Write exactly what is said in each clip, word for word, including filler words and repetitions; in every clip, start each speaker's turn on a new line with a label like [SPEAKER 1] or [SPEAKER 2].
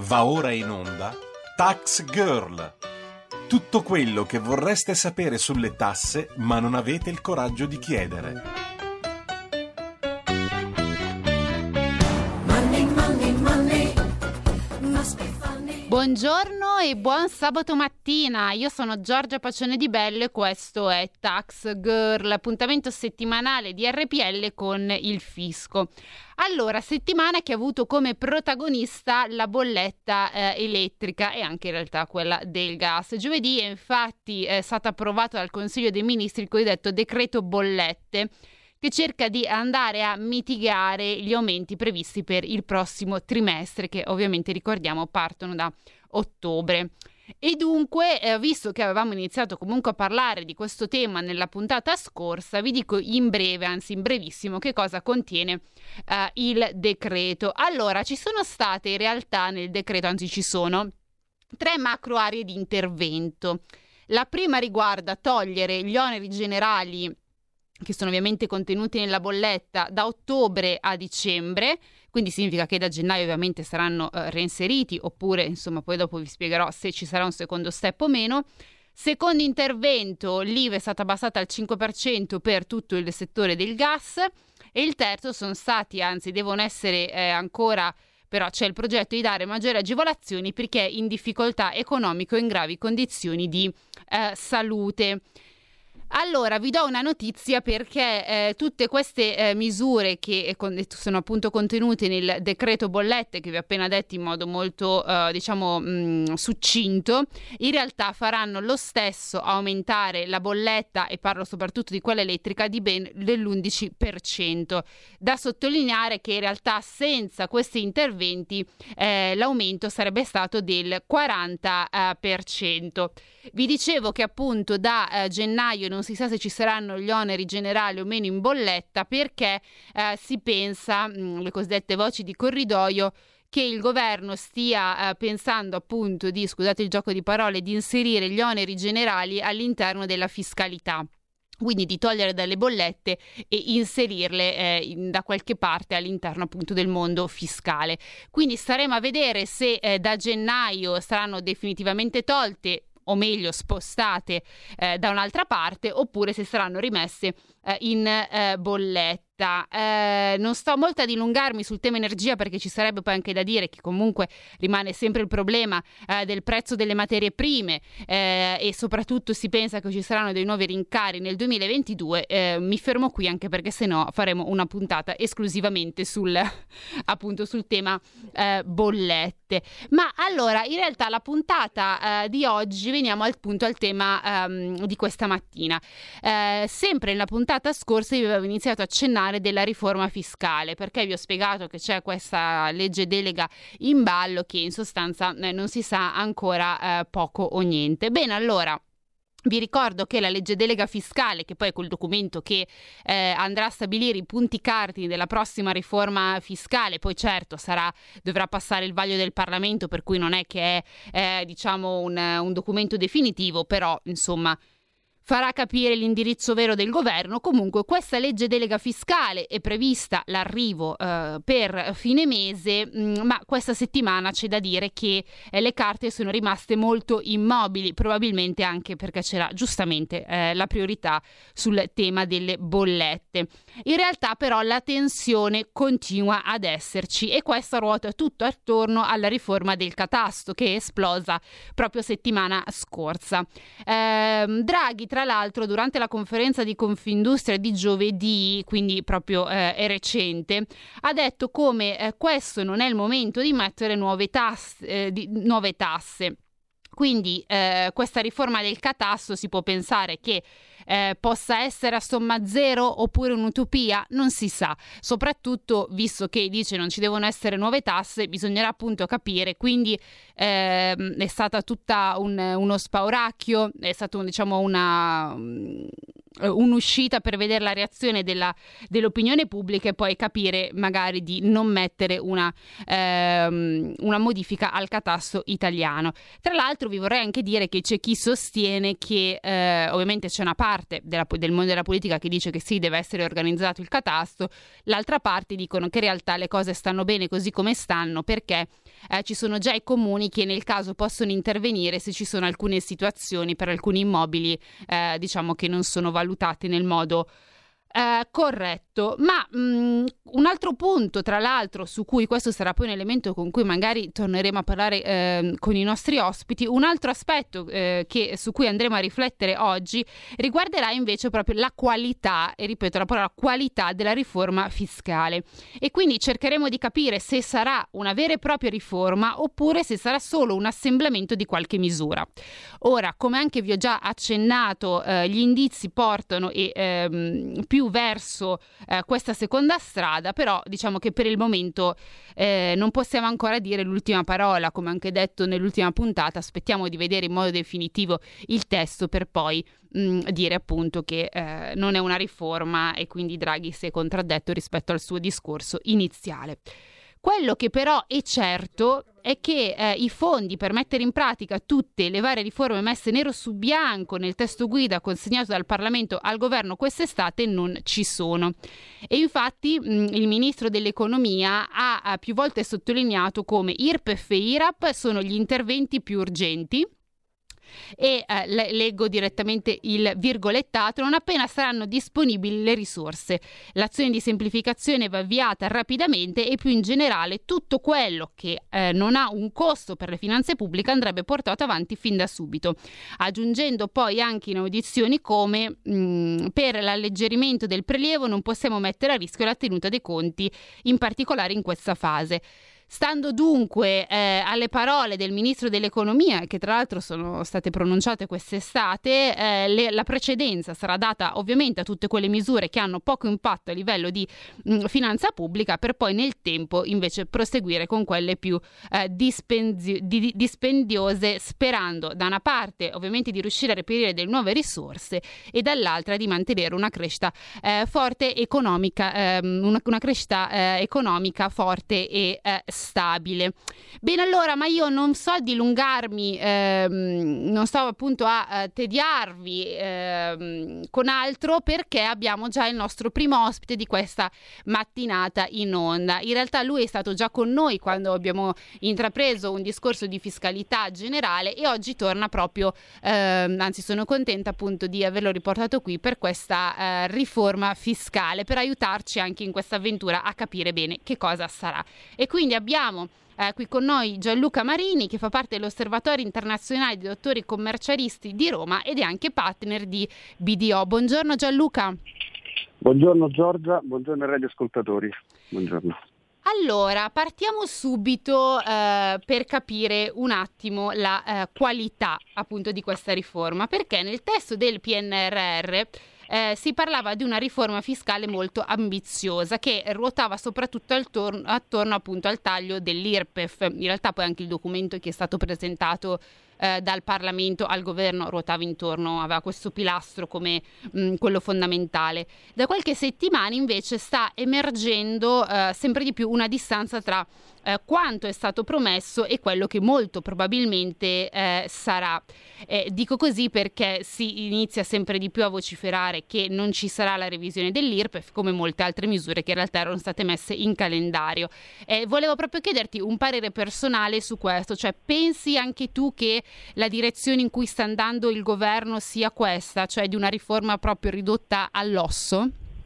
[SPEAKER 1] Va ora in onda Tax Girl. Tutto quello che vorreste sapere sulle tasse ma non avete il coraggio di chiedere.
[SPEAKER 2] Money, money, money. Must be funny.
[SPEAKER 3] Buongiorno e buon sabato mattina, io sono Giorgia Pacione di Bello e questo è Tax Girl, l'appuntamento settimanale di R P L con il fisco. Allora, settimana che ha avuto come protagonista la bolletta eh, elettrica e anche in realtà quella del gas. Giovedì è infatti è stato approvato dal Consiglio dei Ministri il cosiddetto decreto bollette, che cerca di andare a mitigare gli aumenti previsti per il prossimo trimestre, che ovviamente ricordiamo partono da ottobre. E dunque, eh, visto che avevamo iniziato comunque a parlare di questo tema nella puntata scorsa, vi dico in breve, anzi in brevissimo, che cosa contiene eh, il decreto. Allora, ci sono state in realtà nel decreto, anzi ci sono, tre macro aree di intervento. La prima riguarda togliere gli oneri generali che sono ovviamente contenuti nella bolletta da ottobre a dicembre, quindi significa che da gennaio ovviamente saranno uh, reinseriti, oppure insomma poi dopo vi spiegherò se ci sarà un secondo step o meno. Secondo intervento, l'I V A è stata abbassata al cinque per cento per tutto il settore del gas, e il terzo sono stati, anzi devono essere eh, ancora, però c'è il progetto di dare maggiori agevolazioni per chi è in difficoltà economico e in gravi condizioni di eh, salute. Allora, vi do una notizia perché eh, tutte queste eh, misure che eh, con, sono appunto contenute nel decreto bollette, che vi ho appena detto in modo molto, eh, diciamo, mh, succinto, in realtà faranno lo stesso aumentare la bolletta, e parlo soprattutto di quella elettrica, di ben dell'undici per cento. Da sottolineare che in realtà senza questi interventi eh, l'aumento sarebbe stato del quaranta per cento. Vi dicevo che appunto da eh, gennaio non si sa se ci saranno gli oneri generali o meno in bolletta, perché eh, si pensa, mh, le cosiddette voci di corridoio, che il governo stia eh, pensando appunto di, scusate il gioco di parole, di inserire gli oneri generali all'interno della fiscalità. Quindi di togliere dalle bollette e inserirle eh, in, da qualche parte all'interno appunto del mondo fiscale. Quindi staremo a vedere se eh, da gennaio saranno definitivamente tolte, o meglio spostate eh, da un'altra parte, oppure se saranno rimesse eh, in eh, bolletta. Eh, non sto molto a dilungarmi sul tema energia, perché ci sarebbe poi anche da dire che comunque rimane sempre il problema eh, del prezzo delle materie prime eh, e soprattutto si pensa che ci saranno dei nuovi rincari nel duemilaventidue. Eh, mi fermo qui, anche perché sennò faremo una puntata esclusivamente sul appunto sul tema eh, bollette. Ma allora, in realtà la puntata eh, di oggi, veniamo al punto, al tema ehm, di questa mattina. Eh, sempre nella puntata scorsa io avevo iniziato a accennare della riforma fiscale, perché vi ho spiegato che c'è questa legge delega in ballo che in sostanza eh, non si sa ancora eh, poco o niente. Bene, allora vi ricordo che la legge delega fiscale, che poi è quel documento che eh, andrà a stabilire i punti cardini della prossima riforma fiscale, poi certo sarà, dovrà passare il vaglio del Parlamento, per cui non è che è eh, diciamo un, un documento definitivo, però insomma farà capire l'indirizzo vero del governo. Comunque questa legge delega fiscale è prevista l'arrivo eh, per fine mese, mh, ma questa settimana c'è da dire che eh, le carte sono rimaste molto immobili, probabilmente anche perché c'era giustamente eh, la priorità sul tema delle bollette. In realtà però la tensione continua ad esserci, e questo ruota tutto attorno alla riforma del catasto, che è esplosa proprio settimana scorsa. Eh, Draghi, tra l'altro, durante la conferenza di Confindustria di giovedì, quindi proprio eh, è recente, ha detto come eh, questo non è il momento di mettere nuove tasse, eh, di, nuove tasse. Quindi eh, questa riforma del catasto si può pensare che eh, possa essere a somma zero oppure un'utopia, non si sa, soprattutto visto che dice non ci devono essere nuove tasse, bisognerà appunto capire. Quindi eh, è stata tutta un, uno spauracchio, è stata un, diciamo una un'uscita per vedere la reazione della, dell'opinione pubblica e poi capire magari di non mettere una, ehm, una modifica al catasto italiano. Tra l'altro vi vorrei anche dire che c'è chi sostiene che eh, ovviamente c'è una parte parte della, del mondo della politica che dice che sì, deve essere organizzato il catasto, l'altra parte dicono che in realtà le cose stanno bene così come stanno, perché eh, ci sono già i comuni che nel caso possono intervenire se ci sono alcune situazioni per alcuni immobili eh, diciamo che non sono valutate nel modo Eh, corretto. Ma mh, un altro punto, tra l'altro, su cui questo sarà poi un elemento con cui magari torneremo a parlare eh, con i nostri ospiti, un altro aspetto eh, che, su cui andremo a riflettere oggi riguarderà invece proprio la qualità, e ripeto la parola qualità, della riforma fiscale, e quindi cercheremo di capire se sarà una vera e propria riforma oppure se sarà solo un assemblamento di qualche misura. Ora, come anche vi ho già accennato, eh, gli indizi portano e ehm, più verso eh, questa seconda strada, però diciamo che per il momento eh, non possiamo ancora dire l'ultima parola, come anche detto nell'ultima puntata. Aspettiamo di vedere in modo definitivo il testo per poi mh, dire appunto che eh, non è una riforma, e quindi Draghi si è contraddetto rispetto al suo discorso iniziale. Quello che però è certo è che eh, i fondi per mettere in pratica tutte le varie riforme messe nero su bianco nel testo guida consegnato dal Parlamento al governo quest'estate non ci sono. E infatti mh, il ministro dell'economia ha, ha più volte sottolineato come I R P E F e I R A P sono gli interventi più urgenti. E eh, le- leggo direttamente il virgolettato: non appena saranno disponibili le risorse, l'azione di semplificazione va avviata rapidamente e più in generale tutto quello che eh, non ha un costo per le finanze pubbliche andrebbe portato avanti fin da subito, aggiungendo poi anche in audizioni come mh, per l'alleggerimento del prelievo non possiamo mettere a rischio la tenuta dei conti, in particolare in questa fase. Stando dunque eh, alle parole del ministro dell'economia, che tra l'altro sono state pronunciate quest'estate, eh, le, la precedenza sarà data ovviamente a tutte quelle misure che hanno poco impatto a livello di mh, finanza pubblica, per poi nel tempo invece proseguire con quelle più eh, dispenzi- di, di, dispendiose, sperando da una parte ovviamente di riuscire a reperire delle nuove risorse e dall'altra di mantenere una crescita eh, forte economica, ehm, una, una crescita eh, economica forte e eh, stabile. Bene, allora, ma io non so dilungarmi, ehm, non sto appunto a eh, tediarvi ehm, con altro, perché abbiamo già il nostro primo ospite di questa mattinata in onda. In realtà lui è stato già con noi quando abbiamo intrapreso un discorso di fiscalità generale e oggi torna proprio, ehm, anzi sono contenta appunto di averlo riportato qui per questa eh, riforma fiscale, per aiutarci anche in questa avventura a capire bene che cosa sarà. E quindi abbiamo eh, qui con noi Gianluca Marini, che fa parte dell'Osservatorio Internazionale di Dottori Commercialisti di Roma ed è anche partner di B D O. Buongiorno Gianluca.
[SPEAKER 4] Buongiorno Giorgia, buongiorno ai radioascoltatori. Buongiorno.
[SPEAKER 3] Allora, partiamo subito eh, per capire un attimo la eh, qualità appunto di questa riforma, perché nel testo del P N R R Eh, si parlava di una riforma fiscale molto ambiziosa che ruotava soprattutto attorno, attorno appunto al taglio dell'I R P E F. In realtà poi anche il documento che è stato presentato eh, dal Parlamento al governo ruotava intorno, aveva questo pilastro come mh, quello fondamentale. Da qualche settimana invece sta emergendo eh, sempre di più una distanza tra eh, quanto è stato promesso e quello che molto probabilmente eh, sarà. Eh, dico così perché si inizia sempre di più a vociferare che non ci sarà la revisione dell'I R P E F, come molte altre misure che in realtà erano state messe in calendario. Eh, volevo proprio chiederti un parere personale su questo, cioè pensi anche tu che la direzione in cui sta andando il governo sia questa, cioè di una riforma proprio ridotta all'osso?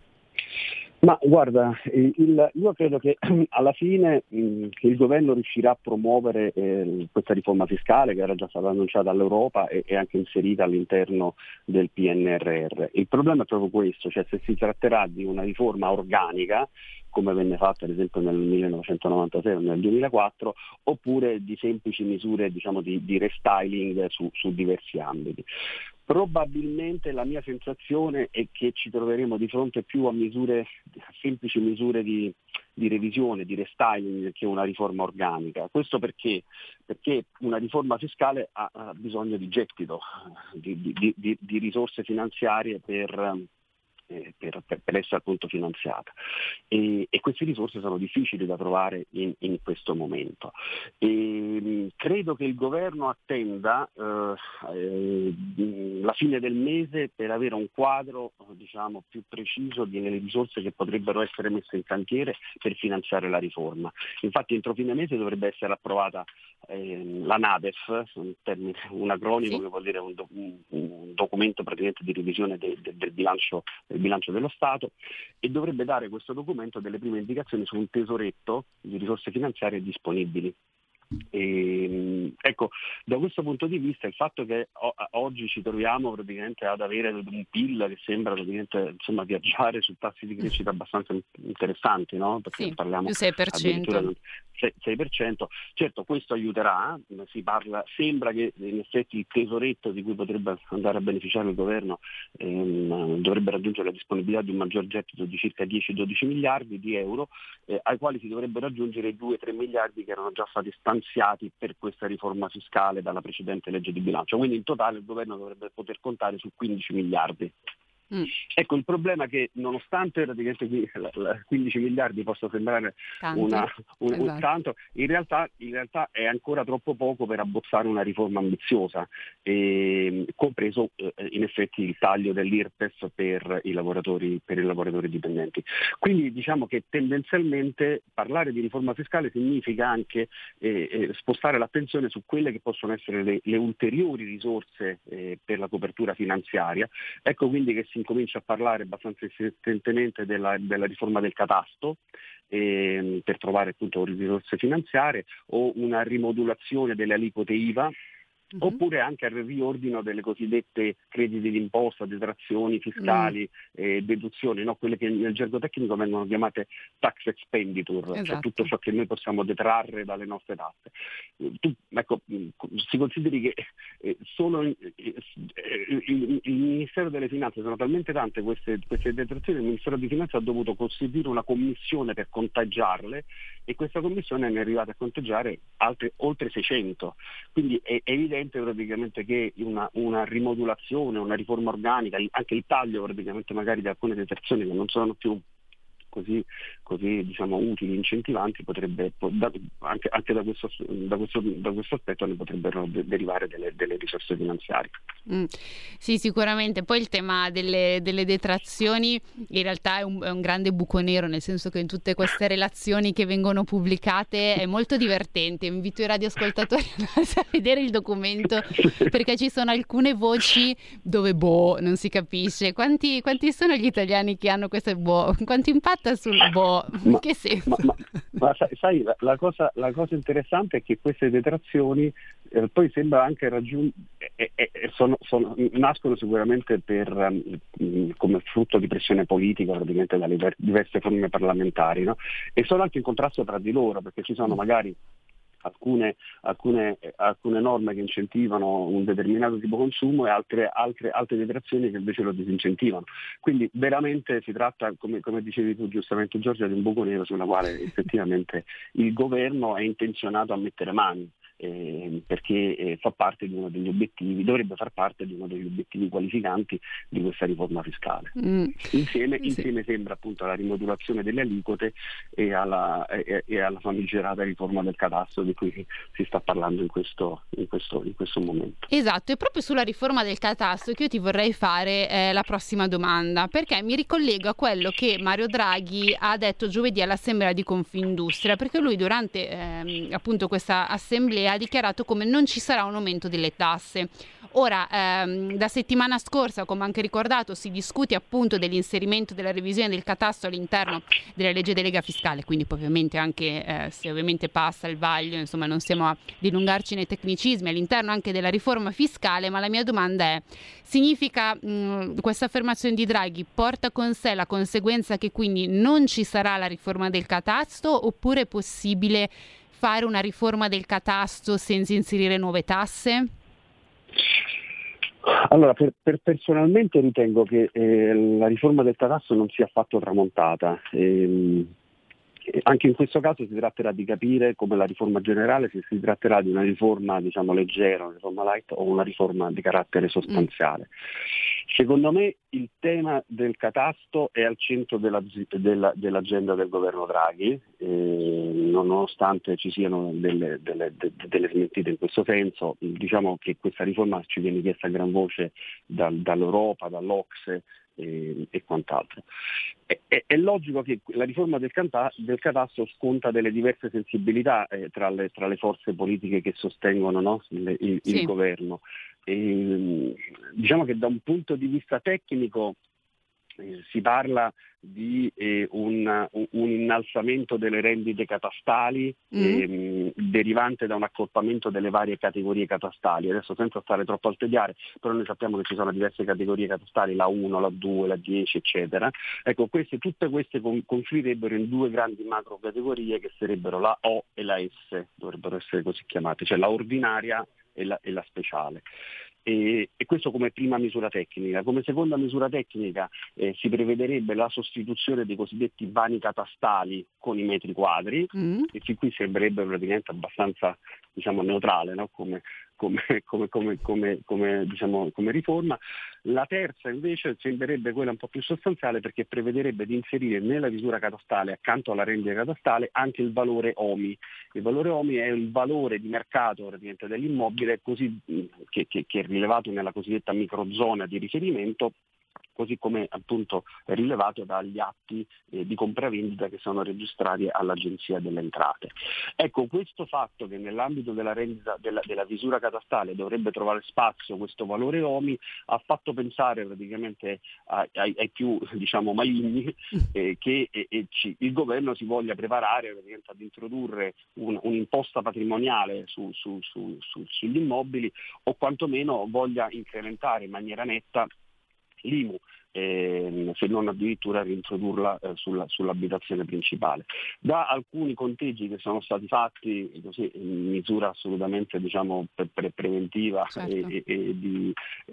[SPEAKER 4] Ma guarda, il, io credo che alla fine mh, il governo riuscirà a promuovere eh, questa riforma fiscale che era già stata annunciata dall'Europa e, e anche inserita all'interno del P N R R. Il problema è proprio questo, cioè se si tratterà di una riforma organica, come venne fatto ad esempio nel millenovecentonovantasei o nel duemilaquattro, oppure di semplici misure, diciamo, di, di restyling su, su diversi ambiti. Probabilmente la mia sensazione è che ci troveremo di fronte più a misure, a semplici misure di, di revisione, di restyling, che una riforma organica. Questo perché? Perché una riforma fiscale ha, ha bisogno di gettito, di, di, di, di risorse finanziarie per, eh, per, per, per essere appunto finanziata. E, e queste risorse sono difficili da trovare in, in questo momento. E, credo che il governo attenda eh, eh, la fine del mese per avere un quadro diciamo più preciso delle risorse che potrebbero essere messe in cantiere per finanziare la riforma. Infatti entro fine mese dovrebbe essere approvata eh, la NADEF, un, termine, un acronimo
[SPEAKER 3] Sì.
[SPEAKER 4] che vuol dire un, do, un, un documento praticamente di revisione de, de, del, bilancio, del bilancio dello Stato, e dovrebbe dare questo documento delle prime indicazioni su un tesoretto di risorse finanziarie disponibili. E, ecco, da questo punto di vista il fatto che o- oggi ci troviamo praticamente ad avere un P I L che sembra praticamente insomma viaggiare su tassi di crescita abbastanza interessanti, no? Perché
[SPEAKER 3] Sì,
[SPEAKER 4] parliamo
[SPEAKER 3] più sei per
[SPEAKER 4] addirittura
[SPEAKER 3] cento.
[SPEAKER 4] del sei per cento. Certo, questo aiuterà, si parla, sembra che in effetti il tesoretto di cui potrebbe andare a beneficiare il governo ehm, dovrebbe raggiungere la disponibilità di un maggior gettito di circa dieci dodici miliardi di euro, eh, ai quali si dovrebbero aggiungere i due tre miliardi che erano già stati stanziati per questa riforma fiscale dalla precedente legge di bilancio. Quindi in totale il governo dovrebbe poter contare su quindici miliardi. Mm. Ecco, il problema è che nonostante praticamente quindici miliardi possa sembrare una, un, esatto. un tanto, in realtà, in realtà è ancora troppo poco per abbozzare una riforma ambiziosa, e, compreso eh, in effetti il taglio dell'I R P E F per i lavoratori, per i lavoratori dipendenti. Quindi diciamo che tendenzialmente parlare di riforma fiscale significa anche eh, eh, spostare l'attenzione su quelle che possono essere le, le ulteriori risorse eh, per la copertura finanziaria. Ecco quindi che si incomincia a parlare abbastanza insistentemente della, della riforma del catasto eh, per trovare appunto risorse finanziarie, o una rimodulazione delle aliquote I V A, mm-hmm. oppure anche al riordino delle cosiddette crediti d'imposta, detrazioni fiscali, mm. eh, deduzioni, no? Quelle che nel gergo tecnico vengono chiamate tax expenditure, esatto. Cioè tutto ciò che noi possiamo detrarre dalle nostre tasse. Tu, ecco, si consideri che eh, solo in, eh, il, il Ministero delle Finanze, sono talmente tante queste, queste detrazioni, il Ministero di Finanza ha dovuto costituire una commissione per conteggiarle, e questa commissione ne è arrivata a conteggiare altre oltre seicento. Quindi è, è evidente praticamente che una, una rimodulazione, una riforma organica, anche il taglio praticamente magari di alcune detrazioni che non sono più così, così diciamo utili, incentivanti, potrebbe da, anche, anche da, questo, da, questo, da questo aspetto ne potrebbero de- derivare delle, delle risorse finanziarie.
[SPEAKER 3] Mm. Sì, sicuramente. Poi il tema delle, delle detrazioni in realtà è un, è un grande buco nero, nel senso che in tutte queste relazioni che vengono pubblicate è molto divertente. Invito i radioascoltatori a vedere il documento, perché ci sono alcune voci dove boh, non si capisce. Quanti, quanti sono gli italiani che hanno queste boh? Quanto impatta sul boh?
[SPEAKER 4] Ma,
[SPEAKER 3] che senso?
[SPEAKER 4] Ma, ma, ma sai, sai la, la, cosa, la cosa interessante è che queste detrazioni eh, poi sembra anche raggiungere eh, eh, sono, sono, nascono sicuramente per um, come frutto di pressione politica praticamente dalle diverse forme parlamentari, no? E sono anche in contrasto tra di loro, perché ci sono magari Alcune, alcune, alcune norme che incentivano un determinato tipo di consumo e altre, altre, altre detrazioni che invece lo disincentivano. Quindi veramente si tratta, come, come dicevi tu giustamente Giorgia, di un buco nero sulla quale effettivamente il governo è intenzionato a mettere mani. Eh, perché eh, fa parte di uno degli obiettivi, dovrebbe far parte di uno degli obiettivi qualificanti di questa riforma fiscale. Mm. Insieme, sì. insieme sembra appunto alla rimodulazione delle aliquote e alla, e, e alla famigerata riforma del catasto di cui si sta parlando in questo, in questo, in questo momento.
[SPEAKER 3] Esatto, e proprio sulla riforma del catasto che io ti vorrei fare eh, la prossima domanda, perché mi ricollego a quello che Mario Draghi ha detto giovedì all'assemblea di Confindustria, perché lui durante ehm, appunto questa assemblea ha dichiarato come non ci sarà un aumento delle tasse. Ora, ehm, da settimana scorsa, come anche ricordato, si discute appunto dell'inserimento della revisione del catasto all'interno della legge delega fiscale, quindi poi ovviamente anche eh, se ovviamente passa il vaglio, insomma non stiamo a dilungarci nei tecnicismi, all'interno anche della riforma fiscale, ma la mia domanda è, significa mh, questa affermazione di Draghi porta con sé la conseguenza che quindi non ci sarà la riforma del catasto, oppure è possibile fare una riforma del catasto senza inserire nuove tasse?
[SPEAKER 4] Allora, per, per personalmente ritengo che eh, la riforma del catasto non sia affatto tramontata. Ehm, Anche in questo caso si tratterà di capire, come la riforma generale, se si tratterà di una riforma diciamo leggera, una riforma light o una riforma di carattere sostanziale. Mm. Secondo me il tema del catasto è al centro della, della, dell'agenda del governo Draghi, eh, nonostante ci siano delle, delle, delle smentite in questo senso. Diciamo che questa riforma ci viene chiesta a gran voce dal, dall'Europa, dall'Ocse, E, e quant'altro. È, è, è logico che la riforma del, canta, del catasto sconta delle diverse sensibilità eh, tra, le, tra le forze politiche che sostengono, no? il, il, sì. il governo. E, diciamo che da un punto di vista tecnico eh, si parla di eh, un, un innalzamento delle rendite catastali mm. eh, derivante da un accorpamento delle varie categorie catastali. Adesso senza stare troppo a tediare, però noi sappiamo che ci sono diverse categorie catastali, la uno, la due, la dieci, eccetera. Ecco, queste, tutte queste confluirebbero in due grandi macro categorie che sarebbero la O e la S, dovrebbero essere così chiamate, cioè la ordinaria e la, e la speciale. E, e questo come prima misura tecnica. Come seconda misura tecnica eh, si prevederebbe la sostituzione dei cosiddetti vani catastali con i metri quadri, mm. e fin qui sembrerebbe praticamente abbastanza diciamo neutrale, no? come, come, come, come, come, come, diciamo, come riforma. La terza invece sembrerebbe quella un po' più sostanziale, perché prevederebbe di inserire nella misura catastale, accanto alla rendita catastale, anche il valore O M I. Il valore O M I è il valore di mercato praticamente dell'immobile, così che, che, che è rilevato nella cosiddetta microzona di riferimento, così come appunto è rilevato dagli atti eh, di compravendita che sono registrati all'Agenzia delle Entrate. Ecco, questo fatto che nell'ambito della rendita della, della misura catastale dovrebbe trovare spazio questo valore O M I ha fatto pensare praticamente ai, ai, ai più diciamo maligni eh, che eh, eh, ci, il governo si voglia preparare praticamente ad introdurre un, un'imposta patrimoniale su, su, su, su, sugli immobili, o quantomeno voglia incrementare in maniera netta l'I M U, eh, se non addirittura reintrodurla eh, sulla, sull'abitazione principale. Da alcuni conteggi che sono stati fatti così, in misura assolutamente diciamo, pre- pre- preventiva certo. e, e, e di,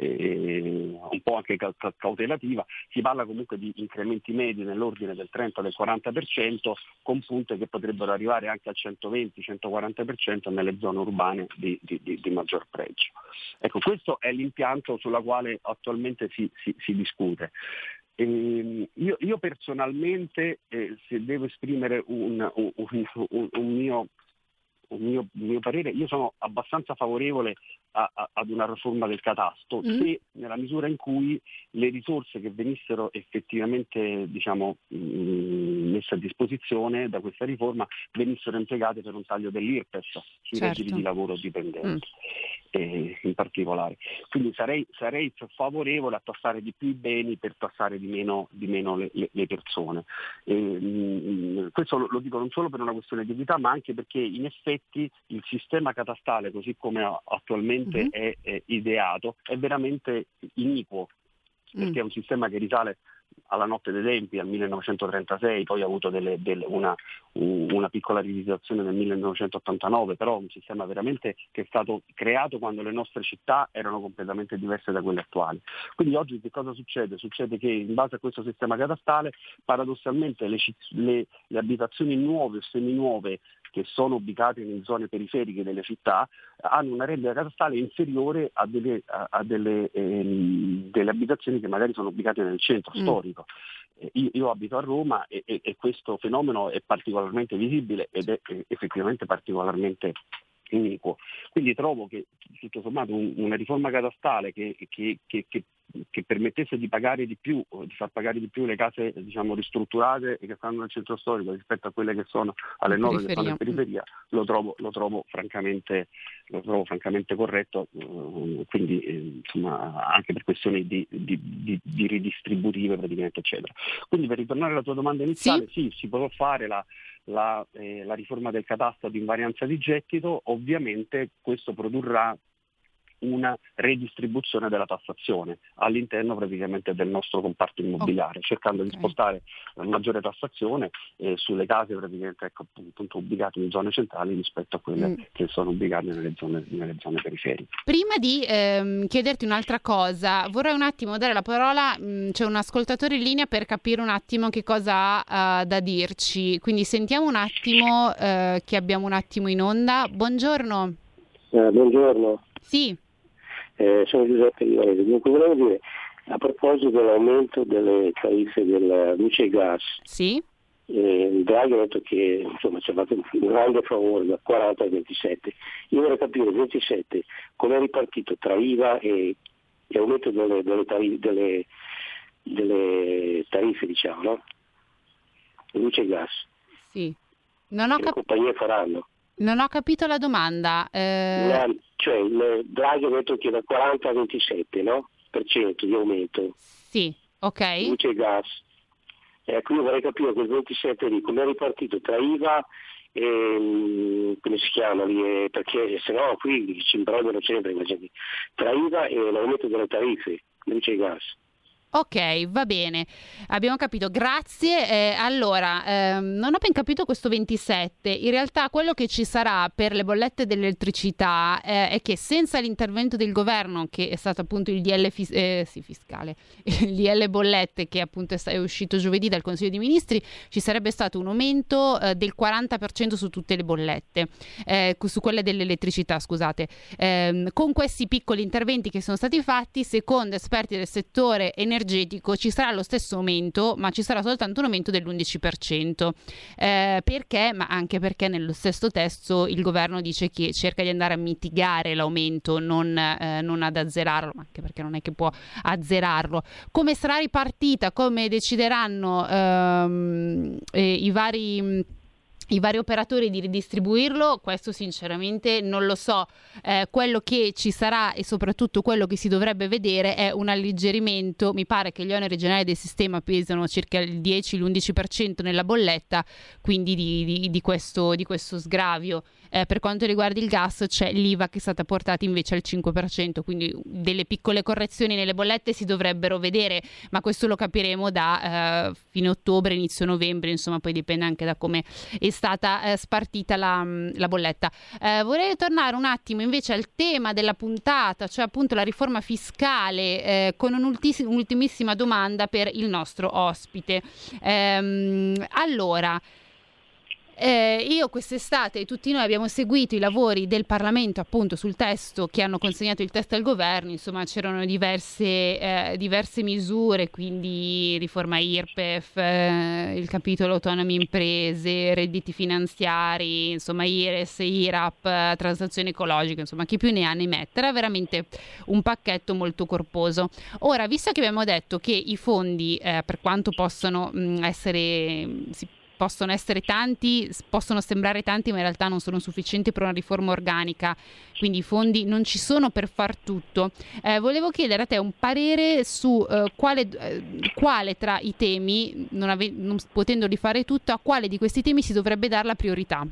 [SPEAKER 4] e, un po' anche ca- cautelativa, si parla comunque di incrementi medi nell'ordine del trenta del quaranta per cento, con punte che potrebbero arrivare anche al centoventi centoquaranta per cento nelle zone urbane di, di, di, di maggior pregio. Ecco, questo è l'impianto sulla quale attualmente si, si, si discute. Eh, io, io personalmente, eh, se devo esprimere un, un, un, un, mio, un, mio, un mio parere, io sono abbastanza favorevole a, a, ad una riforma del catasto, mm. se nella misura in cui le risorse che venissero effettivamente diciamo, mh, messe a disposizione da questa riforma venissero impiegate per un taglio dell'I R P E F sui certo. redditi di lavoro dipendenti. Mm. in particolare. Quindi sarei, sarei favorevole a tassare di più i beni per tassare di meno, di meno le, le, le persone. E, mh, questo lo, lo dico non solo per una questione di equità, ma anche perché in effetti il sistema catastale, così come attualmente mm-hmm. è, è ideato, è veramente iniquo, perché mm. è un sistema che risale alla notte dei tempi, al millenovecentotrentasei, poi ha avuto delle, delle, una, una piccola rivisitazione nel millenovecentottantanove, però un sistema veramente che è stato creato quando le nostre città erano completamente diverse da quelle attuali. Quindi oggi che cosa succede? Succede che in base a questo sistema catastale, paradossalmente le, le, le abitazioni nuove o seminuove che sono ubicate in zone periferiche delle città hanno una rendita catastale inferiore a delle, a, a delle, ehm, delle abitazioni che magari sono ubicate nel centro mm. storico. Eh, io, io abito a Roma e, e, e questo fenomeno è particolarmente visibile ed è, è effettivamente particolarmente iniquo. Quindi trovo che tutto sommato un, una riforma catastale che, che, che, che che permettesse di pagare di più, di far pagare di più le case diciamo ristrutturate e che stanno nel centro storico rispetto a quelle che sono alle nuove che stanno in periferia, lo trovo, lo trovo francamente lo trovo francamente corretto, uh, quindi eh, insomma anche per questioni di, di, di, di ridistributive praticamente eccetera. Quindi per ritornare alla tua domanda iniziale, sì, sì si può fare la La, eh, la riforma del catasto ad invarianza di gettito, ovviamente questo produrrà una redistribuzione della tassazione all'interno praticamente del nostro comparto immobiliare, okay. cercando okay. di spostare maggiore tassazione eh, sulle case praticamente ecco, appunto ubicate in zone centrali rispetto a quelle mm. che sono ubicate nelle zone, nelle zone periferiche.
[SPEAKER 3] Prima di ehm, chiederti un'altra cosa, vorrei un attimo dare la parola, mh, c'è un ascoltatore in linea per capire un attimo che cosa ha uh, da dirci, quindi sentiamo un attimo uh, che abbiamo un attimo in onda. Buongiorno.
[SPEAKER 5] Eh, buongiorno.
[SPEAKER 3] Sì.
[SPEAKER 5] Eh, sono Giuseppe Ivarese. Dunque volevo dire, a proposito dell'aumento delle tariffe della luce e gas,
[SPEAKER 3] sì.
[SPEAKER 5] eh, Draghi ha detto che insomma ci ha fatto un grande favore da quaranta a ventisette. Io vorrei capire ventisette come è ripartito tra I V A e, e aumento delle, delle, tariffe, delle, delle tariffe, diciamo, no? Luce e gas.
[SPEAKER 3] Sì. Non ho
[SPEAKER 5] che
[SPEAKER 3] cap-
[SPEAKER 5] le compagnie faranno.
[SPEAKER 3] Non ho capito la domanda. Eh...
[SPEAKER 5] La, cioè il Draghi ha detto che da quaranta a ventisette, no? Per cento di aumento.
[SPEAKER 3] Sì, ok.
[SPEAKER 5] Luce e gas. Ecco, io vorrei capire quel ventisette lì come è ripartito tra I V A e come si chiama lì, eh, perché se no qui ci imbrogliano sempre la gente. Tra I V A e l'aumento delle tariffe, luce e gas.
[SPEAKER 3] Ok, va bene, abbiamo capito, grazie. Eh, allora, ehm, non ho ben capito questo ventisette. In realtà quello che ci sarà per le bollette dell'elettricità eh, è che senza l'intervento del governo, che è stato appunto il D L fis- eh, sì, fiscale, il D L bollette che appunto è, sta- è uscito giovedì dal Consiglio dei Ministri, ci sarebbe stato un aumento eh, del quaranta per cento su tutte le bollette, eh, su quelle dell'elettricità, scusate. Eh, con questi piccoli interventi che sono stati fatti, secondo esperti del settore energetico, ci sarà lo stesso aumento, ma ci sarà soltanto un aumento dell'undici per cento. Eh, perché? Ma anche perché nello stesso testo il governo dice che cerca di andare a mitigare l'aumento, non, eh, non ad azzerarlo, anche perché non è che può azzerarlo. Come sarà ripartita, come decideranno ehm, eh, i vari... i vari operatori di ridistribuirlo, questo sinceramente non lo so. Eh, quello che ci sarà e soprattutto quello che si dovrebbe vedere è un alleggerimento. Mi pare che gli oneri generali del sistema pesano circa il dieci l'undici per cento nella bolletta, quindi di, di, di, questo, di questo sgravio. Eh, per quanto riguarda il gas c'è l'I V A che è stata portata invece al cinque per cento, quindi delle piccole correzioni nelle bollette si dovrebbero vedere, ma questo lo capiremo da eh, fine ottobre, inizio novembre, insomma poi dipende anche da come è stata eh, spartita la, la bolletta. Eh, vorrei tornare un attimo invece al tema della puntata, cioè appunto la riforma fiscale, eh, con un'ultis- un'ultimissima domanda per il nostro ospite. Ehm, allora, Eh, io quest'estate e tutti noi abbiamo seguito i lavori del Parlamento appunto sul testo, che hanno consegnato il testo al governo. Insomma c'erano diverse, eh, diverse misure, quindi riforma I R P E F, eh, il capitolo autonomi imprese, redditi finanziari, insomma I R E S, I R A P, eh, transazione ecologica, insomma chi più ne ha ne mette. Era veramente un pacchetto molto corposo. Ora, visto che abbiamo detto che i fondi, eh, per quanto possono mh, essere si possono essere tanti, possono sembrare tanti, ma in realtà non sono sufficienti per una riforma organica, quindi i fondi non ci sono per far tutto. Eh, volevo chiedere a te un parere su eh, quale, eh, quale tra i temi, non, ave- non potendoli fare tutto, a quale di questi temi si dovrebbe dare la priorità.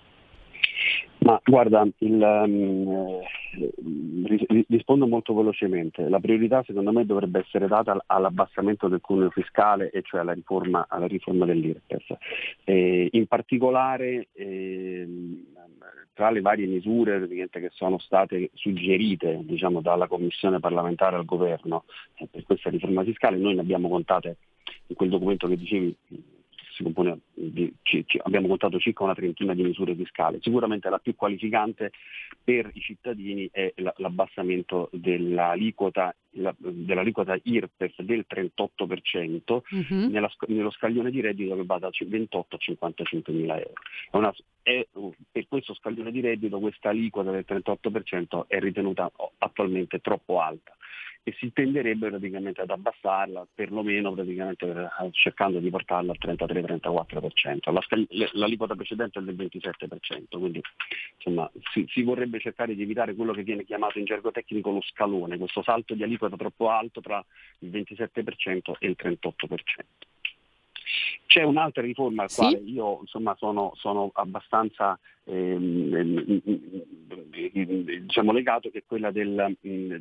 [SPEAKER 4] Ma guarda, il, um, ris- rispondo molto velocemente. La priorità secondo me dovrebbe essere data all'abbassamento del cuneo fiscale, e cioè alla riforma, alla riforma dell'I R P E F. Eh, in particolare eh, tra le varie misure che sono state suggerite diciamo, dalla Commissione parlamentare al governo eh, per questa riforma fiscale, noi ne abbiamo contate in quel documento che dicevi. Si compone di, ci, ci, abbiamo contato circa una trentina di misure fiscali. Sicuramente la più qualificante per i cittadini è la, l'abbassamento dell'aliquota, la, dell'aliquota I R P E F del trentotto per cento uh-huh. nella, nello scaglione di reddito che va da ventotto a cinquantacinque mila euro. È una, è, per questo scaglione di reddito questa aliquota del trentotto per cento è ritenuta attualmente troppo alta e si tenderebbe praticamente ad abbassarla, perlomeno praticamente cercando di portarla al trentatré trentaquattro per cento. La, l'aliquota precedente è del ventisette per cento, quindi insomma si, si vorrebbe cercare di evitare quello che viene chiamato in gergo tecnico lo scalone, questo salto di aliquota troppo alto tra il ventisette per cento e il trentotto per cento. C'è un'altra riforma al
[SPEAKER 3] sì?
[SPEAKER 4] quale io insomma sono, sono abbastanza ehm, diciamo legato, che è quella del,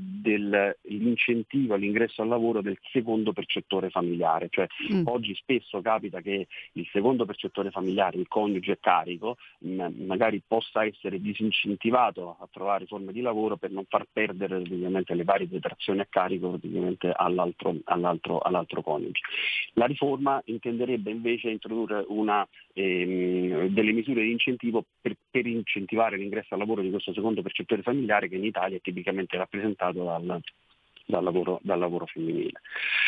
[SPEAKER 4] dell'incentivo all'ingresso al lavoro del secondo percettore familiare. Cioè mm. oggi spesso capita che il secondo percettore familiare, il coniuge a carico, mh, magari possa essere disincentivato a trovare forme di lavoro per non far perdere ovviamente le varie detrazioni a carico ovviamente all'altro, all'altro, all'altro coniuge. La riforma intenderebbe invece introdurre una, ehm, delle misure di incentivo per, per incentivare l'ingresso al lavoro di questo secondo percettore familiare, che in Italia è tipicamente rappresentato dal, dal, lavoro, dal lavoro femminile.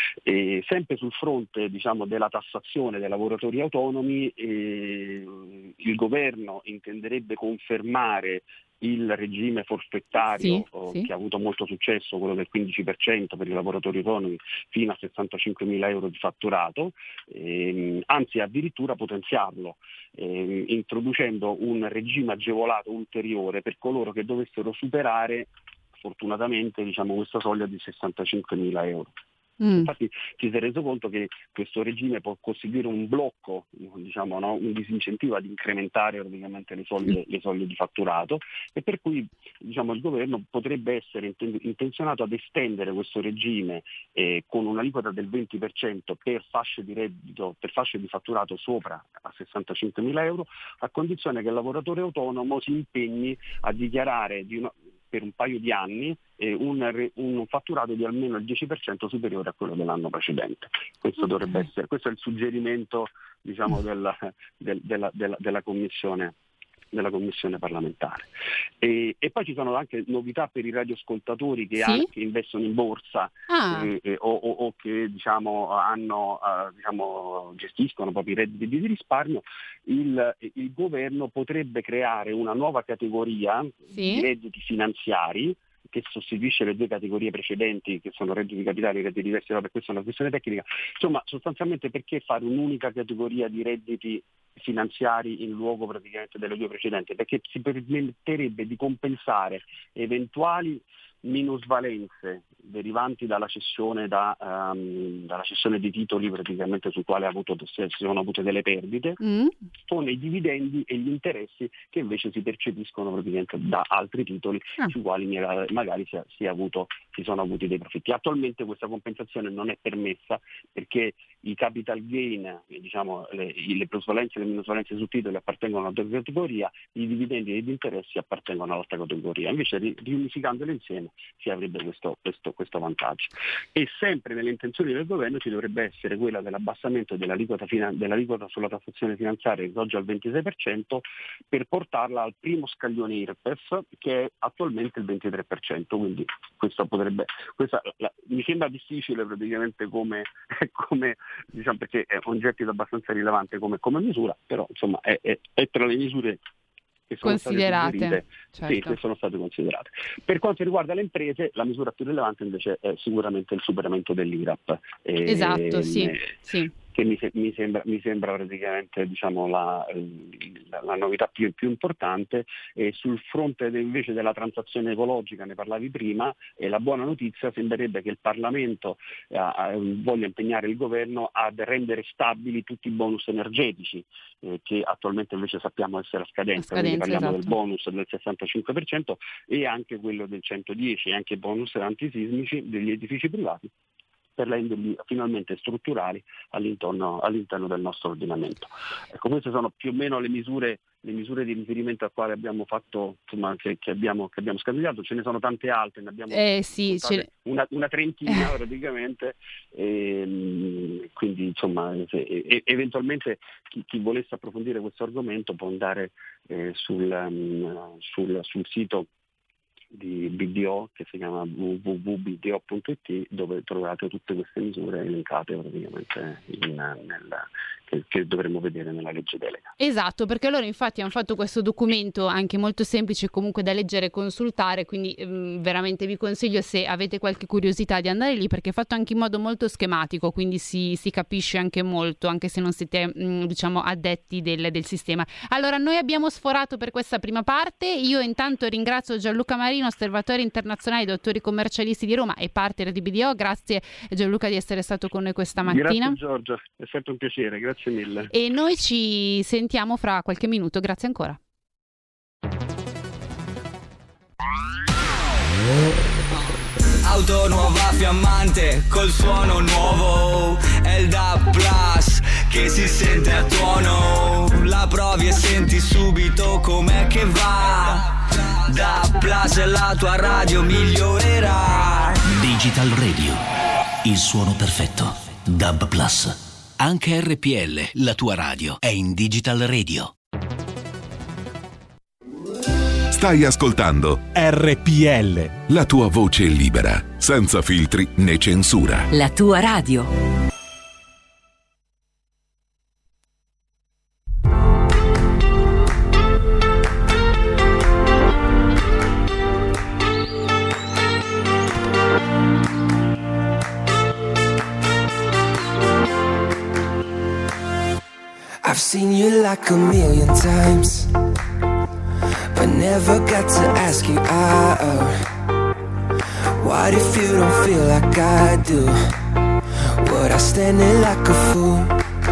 [SPEAKER 4] E sempre sul fronte, diciamo, della tassazione dei lavoratori autonomi, eh, il governo intenderebbe confermare il regime forfettario
[SPEAKER 3] sì, sì.
[SPEAKER 4] che ha avuto molto successo, quello del quindici per cento per i lavoratori autonomi fino a sessantacinquemila euro di fatturato, ehm, anzi addirittura potenziarlo, ehm, introducendo un regime agevolato ulteriore per coloro che dovessero superare fortunatamente, diciamo, questa soglia di sessantacinquemila euro. Mm. Infatti ci si è reso conto che questo regime può costituire un blocco, diciamo, no? un disincentivo ad incrementare ovviamente le soglie, le soglie di fatturato, e per cui, diciamo, il governo potrebbe essere intenzionato ad estendere questo regime eh, con un'aliquota del venti per cento per fasce di reddito, per fasce di fatturato sopra a sessantacinquemila euro, a condizione che il lavoratore autonomo si impegni a dichiarare di una, per un paio di anni eh, un, un fatturato di almeno il dieci per cento superiore a quello dell'anno precedente. Questo okay. dovrebbe essere, questo è il suggerimento, diciamo, della, del, della, della, della commissione della commissione parlamentare. E, e poi ci sono anche novità per i radioascoltatori che,
[SPEAKER 3] sì?
[SPEAKER 4] anche investono in borsa
[SPEAKER 3] ah.
[SPEAKER 4] eh, eh, o, o, o che diciamo hanno uh, diciamo gestiscono proprio i redditi di risparmio. Il, il governo potrebbe creare una nuova categoria
[SPEAKER 3] sì?
[SPEAKER 4] di redditi finanziari che sostituisce le due categorie precedenti, che sono redditi capitali e redditi diversi, per questa è una questione tecnica. Insomma, sostanzialmente, perché fare un'unica categoria di redditi finanziari in luogo praticamente delle due precedenti? Perché si permetterebbe di compensare eventuali minusvalenze derivanti dalla cessione, da, um, dalla cessione di titoli praticamente sul quale ha avuto, si sono avute delle perdite, mm. con i dividendi e gli interessi che invece si percepiscono praticamente da altri titoli ah. sui quali magari si, si, è avuto, si sono avuti dei profitti. Attualmente questa compensazione non è permessa perché i capital gain, diciamo le, le plusvalenze e le minusvalenze su titoli appartengono a una categoria, i dividendi e gli interessi appartengono all'altra categoria. Invece riunificandole insieme si avrebbe questo, questo, questo vantaggio. E sempre nelle intenzioni del governo ci dovrebbe essere quella dell'abbassamento dell'aliquota, finan- dell'aliquota sulla tassazione finanziaria, che oggi è al ventisei per cento, per portarla al primo scaglione I R P E F, che è attualmente il ventitré per cento. Quindi questo potrebbe, questa, la, mi sembra difficile praticamente come, come diciamo, perché è un gettito abbastanza rilevante come, come misura, però insomma è, è, è tra le misure che sono
[SPEAKER 3] considerate,
[SPEAKER 4] state
[SPEAKER 3] certo.
[SPEAKER 4] sì, che sono state considerate. Per quanto riguarda le imprese, la misura più rilevante invece è sicuramente il superamento dell'I R A P.
[SPEAKER 3] Esatto,
[SPEAKER 4] e,
[SPEAKER 3] sì,
[SPEAKER 4] e,
[SPEAKER 3] sì.
[SPEAKER 4] che mi, mi, sembra, mi sembra praticamente, diciamo, la, la, la novità più, più importante. E sul fronte de, invece della transazione ecologica, ne parlavi prima, e la buona notizia sembrerebbe che il Parlamento eh, voglia impegnare il governo ad rendere stabili tutti i bonus energetici, eh, che attualmente invece sappiamo essere a scadenza,
[SPEAKER 3] a scadenza
[SPEAKER 4] quindi parliamo
[SPEAKER 3] esatto.
[SPEAKER 4] del bonus del sessantacinque per cento e anche quello del centodieci, e anche i bonus antisismici degli edifici privati, per renderli finalmente strutturali all'interno, all'interno del nostro ordinamento. Ecco, queste sono più o meno le misure, le misure di riferimento a quale abbiamo fatto, insomma, che, che abbiamo, che abbiamo scandagliato. Ce ne sono tante altre, ne abbiamo
[SPEAKER 3] eh, sì,
[SPEAKER 4] una, una trentina praticamente, e, quindi insomma se, e, eventualmente chi, chi volesse approfondire questo argomento può andare eh, sul, um, sul, sul sito di B D O, che si chiama w w w punto b d o punto i t, dove trovate tutte queste misure elencate praticamente in, nel, che, che dovremmo vedere nella legge delega.
[SPEAKER 3] Esatto, perché loro infatti hanno fatto questo documento anche molto semplice comunque da leggere e consultare, quindi ehm, veramente vi consiglio, se avete qualche curiosità, di andare lì, perché è fatto anche in modo molto schematico, quindi si, si capisce anche molto, anche se non siete mh, diciamo addetti del, del sistema. Allora, noi abbiamo sforato per questa prima parte. Io intanto ringrazio Gianluca Marino, osservatore internazionale dei dottori commercialisti di Roma e partner di B D O. Grazie Gianluca di essere stato con noi questa mattina.
[SPEAKER 4] Grazie Giorgio, è sempre un piacere, grazie mille.
[SPEAKER 3] E noi ci sentiamo fra qualche minuto, grazie ancora.
[SPEAKER 6] Auto nuova fiammante col suono nuovo, è il D A B Plus che si sente a tuono. La provi e senti subito com'è che va. D A B Plus è la tua radio migliorerà.
[SPEAKER 7] Digital Radio, il suono perfetto. D A B Plus. Anche R P L, la tua radio, è in Digital Radio.
[SPEAKER 8] Stai ascoltando
[SPEAKER 1] R P L,
[SPEAKER 8] la tua voce libera, senza filtri né censura.
[SPEAKER 9] La tua radio.
[SPEAKER 10] I've seen you like a million times, but never got to ask you out. What if you don't feel like I do? Would I stand there like a fool?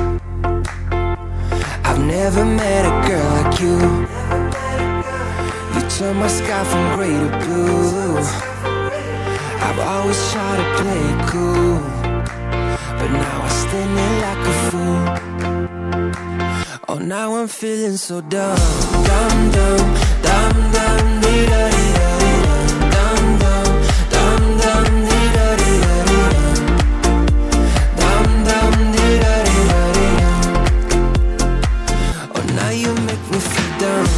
[SPEAKER 10] I've never met a girl like you. You turn my sky from gray to blue. I've always tried to play it cool, but now I stand there like a fool. Oh, now I'm feeling so dumb, dumb, dumb, dumb, dumb, dee da dee da dee dum, dumb, dumb, dumb, dumb, dee da dee da dee dum, dumb, dumb, dee da dee da dee dum. Oh, now you make me feel dumb.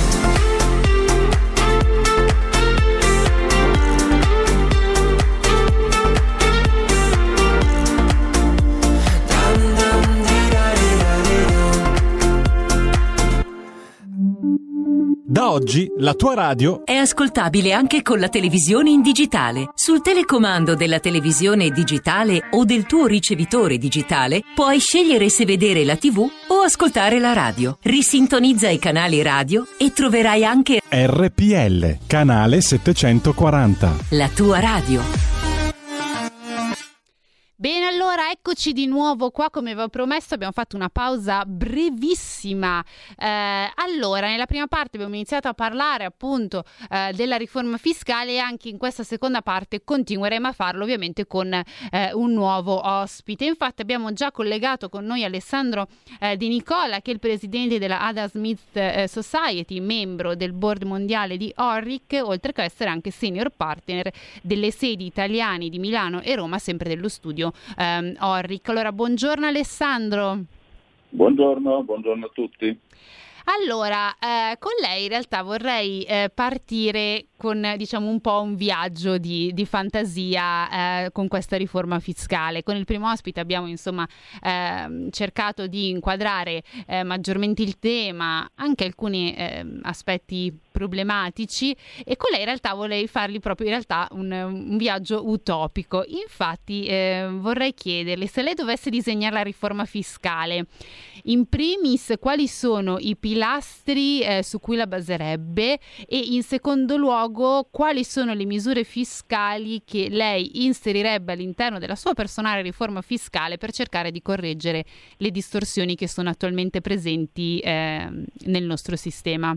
[SPEAKER 1] Da oggi la tua radio
[SPEAKER 9] è ascoltabile anche con la televisione in digitale. Sul telecomando della televisione digitale o del tuo ricevitore digitale puoi scegliere se vedere la tivù o ascoltare la radio. Risintonizza i canali radio e troverai anche
[SPEAKER 1] R P L, canale settecentoquaranta.
[SPEAKER 9] La tua radio.
[SPEAKER 3] Bene, allora eccoci di nuovo qua, come avevo promesso abbiamo fatto una pausa brevissima. Eh, allora, nella prima parte abbiamo iniziato a parlare appunto eh, della riforma fiscale e anche in questa seconda parte continueremo a farlo ovviamente con eh, un nuovo ospite. Infatti abbiamo già collegato con noi Alessandro eh, Di Nicola, che è il presidente della Adam Smith eh, Society, membro del board mondiale di Orric, oltre che essere anche senior partner delle sedi italiane di Milano e Roma, sempre dello studio Um, Orric. Allora, buongiorno Alessandro.
[SPEAKER 11] Buongiorno, buongiorno a tutti.
[SPEAKER 3] Allora, eh, con lei in realtà vorrei eh, partire con diciamo un po' un viaggio di, di fantasia eh, con questa riforma fiscale. Con il primo ospite abbiamo insomma eh, cercato di inquadrare eh, maggiormente il tema, anche alcuni eh, aspetti problematici, e con lei in realtà vorrei fargli proprio in realtà un, un viaggio utopico. Infatti eh, vorrei chiederle, se lei dovesse disegnare la riforma fiscale, in primis quali sono i pilastri eh, su cui la baserebbe, e in secondo luogo quali sono le misure fiscali che lei inserirebbe all'interno della sua personale riforma fiscale per cercare di correggere le distorsioni che sono attualmente presenti eh, nel nostro sistema.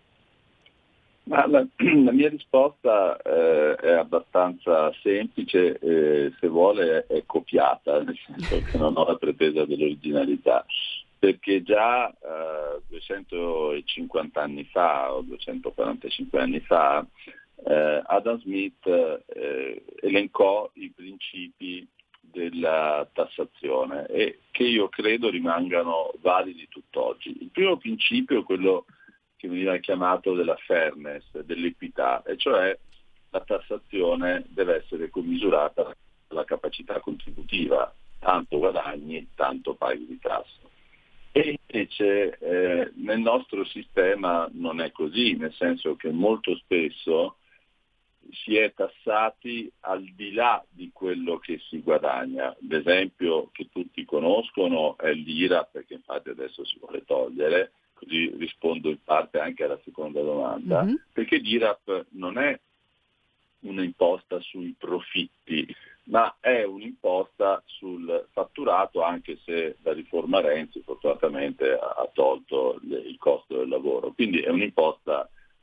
[SPEAKER 11] Ma la, la mia risposta eh, è abbastanza semplice, eh, se vuole è, è copiata, nel senso che non ho la pretesa dell'originalità, perché già eh, duecentocinquanta anni fa o duecentoquarantacinque anni fa eh, Adam Smith eh, elencò i principi della tassazione e che io credo rimangano validi tutt'oggi. Il primo principio è quello che veniva chiamato della fairness, dell'equità, e cioè la tassazione deve essere commisurata alla capacità contributiva, tanto guadagni, tanto paghi di tasse. E invece eh, nel nostro sistema non è così, nel senso che molto spesso si è tassati al di là di quello che si guadagna. L'esempio che tutti conoscono è l'I R A P, che infatti adesso si vuole togliere, così rispondo in parte anche alla seconda domanda, mm-hmm. perché l'I R A P non è un'imposta sui profitti, ma è un'imposta sul fatturato, anche se la riforma Renzi fortunatamente ha tolto il costo del lavoro. Quindi è un'imposta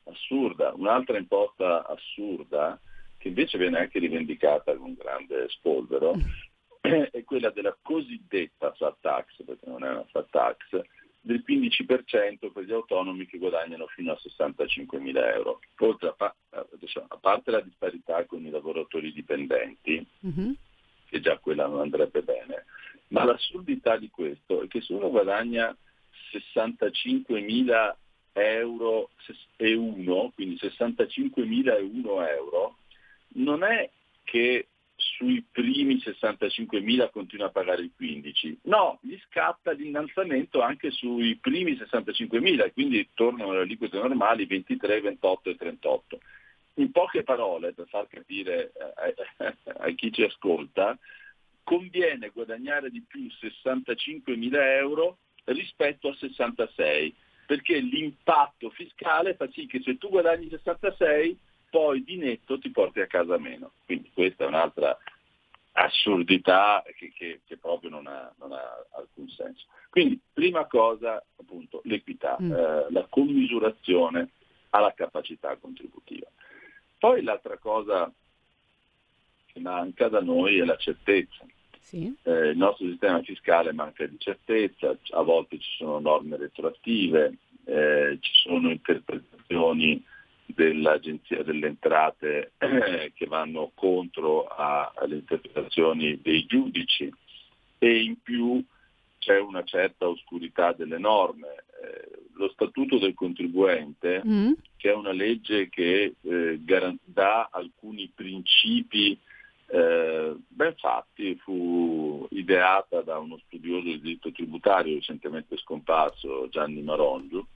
[SPEAKER 11] assurda. Un'altra imposta assurda, che invece viene anche rivendicata con grande spolvero, è quella della cosiddetta flat tax, perché non è una flat tax, del quindici per cento per gli autonomi che guadagnano fino a sessantacinquemila euro. Oltre a, pa- a parte la disparità con i lavoratori dipendenti, mm-hmm. che già quella non andrebbe bene, ma l'assurdità di questo è che se uno guadagna sessantacinquemila euro e uno, quindi sessantacinquemila e uno euro, non è che sui primi sessantacinquemila continua a pagare il quindici, no, gli scatta l'innalzamento anche sui primi sessantacinquemila, quindi tornano alle aliquote normali ventitré, ventotto e trentotto. In poche parole, per far capire a, a, a chi ci ascolta, conviene guadagnare di più sessantacinquemila euro rispetto a sessantasei, perché l'impatto fiscale fa sì che se tu guadagni sessantasei poi di netto ti porti a casa meno. Quindi questa è un'altra assurdità che, che, che proprio non ha, non ha alcun senso. Quindi prima cosa, appunto, l'equità, mm. eh, la commisurazione alla capacità contributiva. Poi l'altra cosa che manca da noi è la certezza. Sì. Eh, il nostro sistema fiscale manca di certezza, a volte ci sono norme retroattive, eh, ci sono interpretazioni dell'Agenzia delle Entrate eh, che vanno contro a, alle interpretazioni dei giudici, e in più c'è una certa oscurità delle norme. Eh, lo Statuto del contribuente, mm. che è una legge che eh, garan- dà alcuni principi eh, ben fatti, fu ideata da uno studioso di diritto tributario recentemente scomparso, Gianni Marongiu,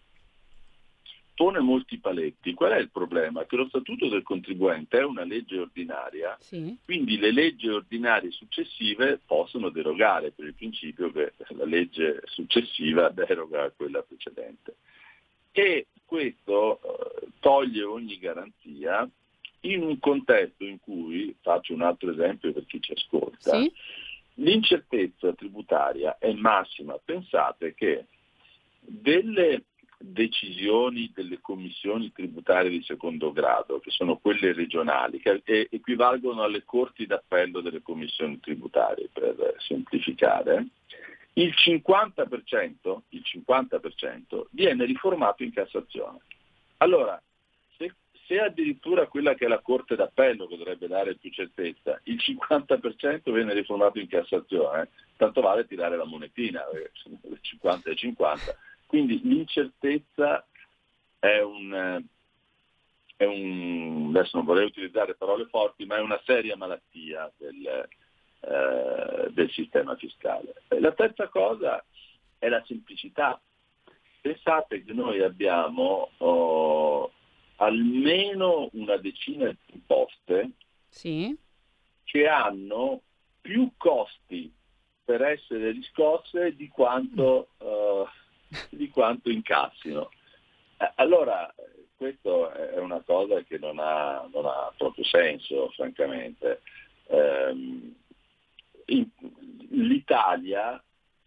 [SPEAKER 11] pone molti paletti. Qual è il problema? Che lo Statuto del contribuente è una legge ordinaria, sì. Quindi le leggi ordinarie successive possono derogare per il principio che la legge successiva deroga a quella precedente. E questo eh, toglie ogni garanzia in un contesto in cui, faccio un altro esempio per chi ci ascolta, sì. L'incertezza tributaria è massima. Pensate che delle decisioni delle commissioni tributarie di secondo grado, che sono quelle regionali, che equivalgono alle corti d'appello delle commissioni tributarie, per semplificare, il cinquanta per cento, il cinquanta per cento viene riformato in Cassazione. Allora, se, se addirittura quella che è la corte d'appello, che dovrebbe dare più certezza, il cinquanta per cento viene riformato in Cassazione, tanto vale tirare la monetina, il cinquanta e cinquanta. Quindi l'incertezza è un, è un, adesso non vorrei utilizzare parole forti, ma è una seria malattia del, eh, del sistema fiscale. E la terza cosa è la semplicità. Pensate che noi abbiamo oh, almeno una decina di imposte, sì. che hanno più costi per essere riscosse di quanto... Uh, di quanto incassino. Eh, allora, questo è una cosa che non ha, non ha proprio senso, francamente. Eh, in, l'Italia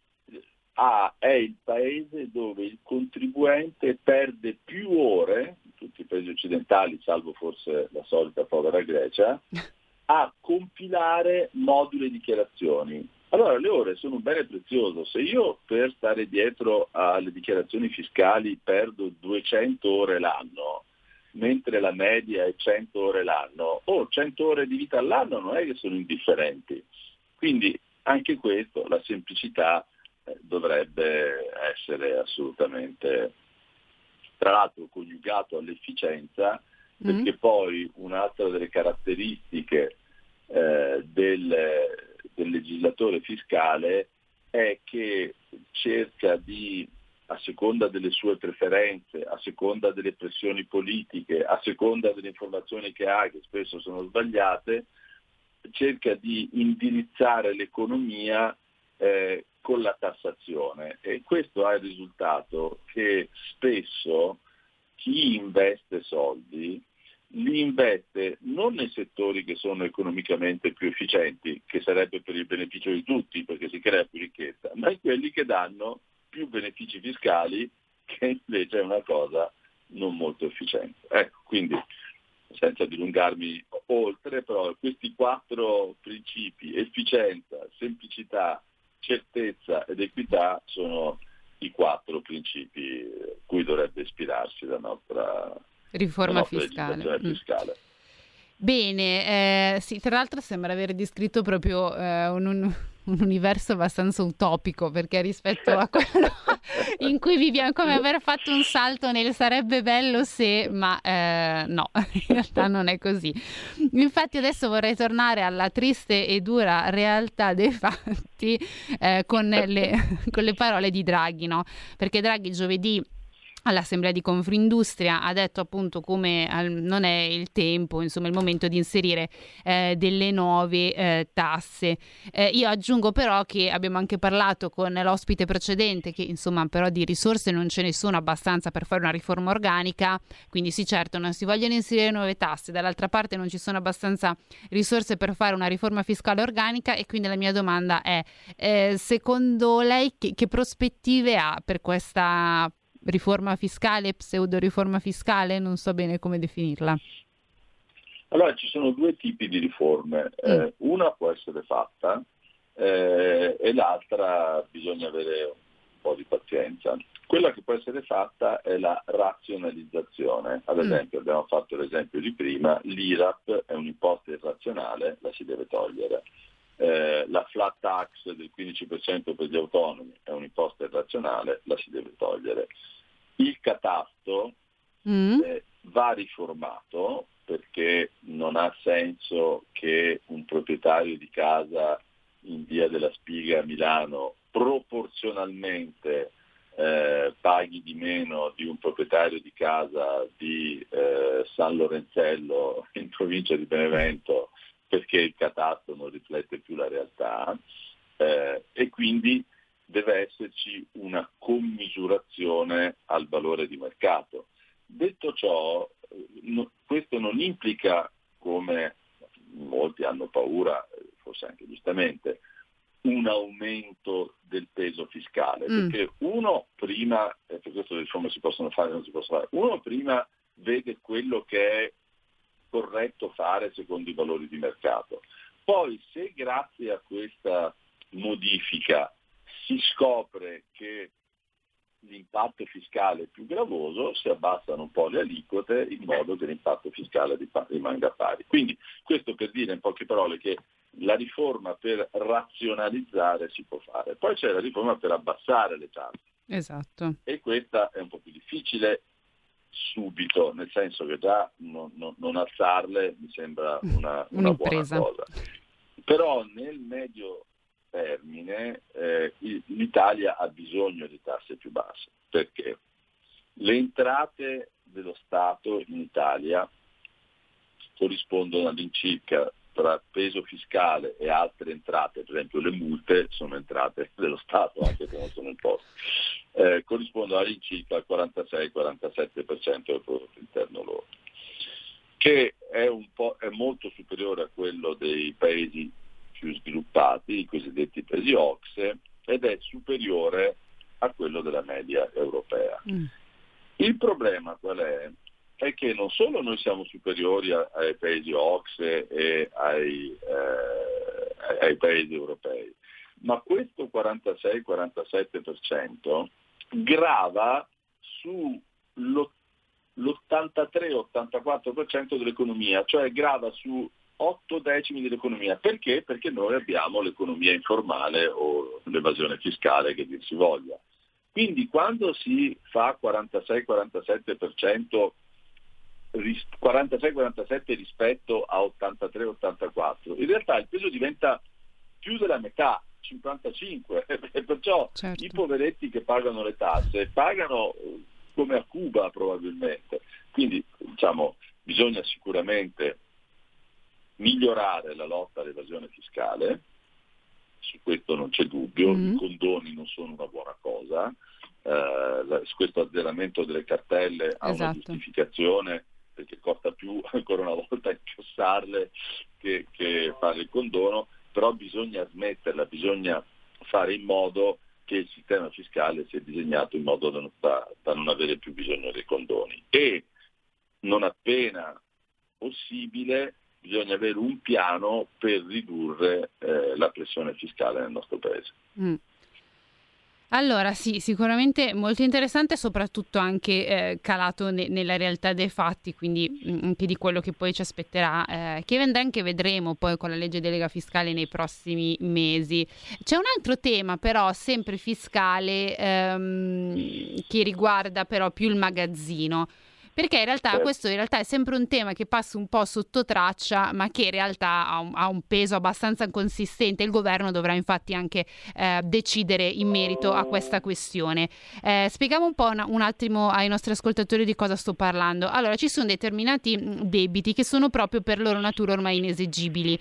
[SPEAKER 11] ha, è il paese dove il contribuente perde più ore, in tutti i paesi occidentali, salvo forse la solita povera Grecia, a compilare moduli e dichiarazioni. Allora le ore sono un bene prezioso. Se io per stare dietro alle dichiarazioni fiscali perdo duecento ore l'anno, mentre la media è cento ore l'anno, o cento ore di vita all'anno non è che sono indifferenti. Quindi anche questo, la semplicità eh, dovrebbe essere assolutamente, tra l'altro coniugato all'efficienza, mm. perché poi un'altra delle caratteristiche eh, del del legislatore fiscale è che cerca di, a seconda delle sue preferenze, a seconda delle pressioni politiche, a seconda delle informazioni che ha, che spesso sono sbagliate, cerca di indirizzare l'economia eh, con la tassazione, e questo ha il risultato che spesso chi investe soldi li investe non nei settori che sono economicamente più efficienti, che sarebbe per il beneficio di tutti perché si crea più ricchezza, ma in quelli che danno più benefici fiscali, che invece è una cosa non molto efficiente. Ecco, quindi senza dilungarmi oltre, però questi quattro principi, efficienza, semplicità, certezza ed equità, sono i quattro principi cui dovrebbe ispirarsi la nostra
[SPEAKER 3] riforma
[SPEAKER 11] la nostra
[SPEAKER 3] fiscale.
[SPEAKER 11] legislazione fiscale.
[SPEAKER 3] Mm. Bene, eh, sì, tra l'altro sembra aver descritto proprio eh, un, un, un universo abbastanza utopico, perché rispetto a quello in cui viviamo, come aver fatto un salto nel sarebbe bello se, ma eh, no, in realtà non è così. Infatti adesso vorrei tornare alla triste e dura realtà dei fatti eh, con, le, con le parole di Draghi, no? Perché Draghi giovedì all'Assemblea di Confindustria ha detto appunto come al, non è il tempo, insomma il momento di inserire eh, delle nuove eh, tasse. Eh, io aggiungo però che abbiamo anche parlato con l'ospite precedente che insomma però di risorse non ce ne sono abbastanza per fare una riforma organica, quindi sì, certo non si vogliono inserire nuove tasse, dall'altra parte non ci sono abbastanza risorse per fare una riforma fiscale organica, e quindi la mia domanda è eh, secondo lei che, che prospettive ha per questa riforma fiscale, pseudo riforma fiscale, non so bene come definirla?
[SPEAKER 11] Allora, ci sono due tipi di riforme, mm. eh, una può essere fatta eh, e l'altra bisogna avere un po' di pazienza. Quella che può essere fatta è la razionalizzazione. Ad esempio, mm. abbiamo fatto l'esempio di prima, l'I R A P è un'imposta irrazionale, la si deve togliere. Eh, la flat tax del quindici per cento per gli autonomi è un'imposta irrazionale, la si deve togliere. Il catasto mm. eh, va riformato, perché non ha senso che un proprietario di casa in Via della Spiga a Milano proporzionalmente eh, paghi di meno di un proprietario di casa di eh, San Lorenzello in provincia di Benevento, perché il catasto non riflette più la realtà, eh, e quindi deve esserci una commisurazione al valore di mercato. Detto ciò, no, questo non implica, come molti hanno paura, forse anche giustamente, un aumento del peso fiscale, mm. perché uno prima, e per questo le riforme si possono fare e non si possono fare, uno prima vede quello che è corretto fare secondo i valori di mercato. Poi, se grazie a questa modifica si scopre che l'impatto fiscale è più gravoso, si abbassano un po' le aliquote in modo che l'impatto fiscale rimanga pari. Quindi questo per dire in poche parole che la riforma per razionalizzare si può fare. Poi c'è la riforma per abbassare le tasse.
[SPEAKER 3] Esatto.
[SPEAKER 11] E questa è un po' più difficile subito, nel senso che già non, non, non alzarle mi sembra una, una buona cosa. Però nel medio termine eh, l'Italia ha bisogno di tasse più basse, perché le entrate dello Stato in Italia corrispondono all'incirca, tra peso fiscale e altre entrate, per esempio le multe sono entrate dello Stato anche se non sono imposte, eh, corrispondono all'incirca al quarantasei quarantasette per cento del prodotto interno lordo, che è, un po', è molto superiore a quello dei paesi più sviluppati, i cosiddetti paesi O C S E, ed è superiore a quello della media europea. Mm. Il problema qual è? È che non solo noi siamo superiori a, ai paesi O C S E e ai, eh, ai paesi europei, ma questo quarantasei quarantasette per cento grava sull'ottantatré ottantaquattro per cento dell'economia, cioè grava su otto decimi dell'economia. Perché? Perché noi abbiamo l'economia informale o l'evasione fiscale, che dir si voglia. Quindi quando si fa quarantasei quarantasette per cento quarantasei quarantasette rispetto a ottantatré ottantaquattro, in realtà il peso diventa più della metà, cinquantacinque, e perciò certo. I poveretti che pagano le tasse pagano come a Cuba probabilmente. Quindi diciamo bisogna sicuramente migliorare la lotta all'evasione fiscale, su questo non c'è dubbio, mm-hmm. I condoni non sono una buona cosa, eh, questo azzeramento delle cartelle ha esatto. Una giustificazione, perché costa più ancora una volta incassarle che, che fare il condono, però bisogna smetterla, bisogna fare in modo che il sistema fiscale sia disegnato in modo da non, da, da non avere più bisogno dei condoni, e non appena possibile bisogna avere un piano per ridurre eh, la pressione fiscale nel nostro paese.
[SPEAKER 3] Mm. Allora sì, sicuramente molto interessante, soprattutto anche eh, calato ne- nella realtà dei fatti, quindi mh, anche di quello che poi ci aspetterà, eh, che anche vedremo poi con la legge delega fiscale nei prossimi mesi. C'è un altro tema però sempre fiscale ehm, che riguarda però più il magazzino. Perché in realtà questo in realtà è sempre un tema che passa un po' sotto traccia, ma che in realtà ha un, ha un peso abbastanza consistente. Il governo dovrà infatti anche eh, decidere in merito a questa questione. Eh, spieghiamo un po' una, un attimo ai nostri ascoltatori di cosa sto parlando. Allora, ci sono determinati debiti che sono proprio per loro natura ormai inesigibili.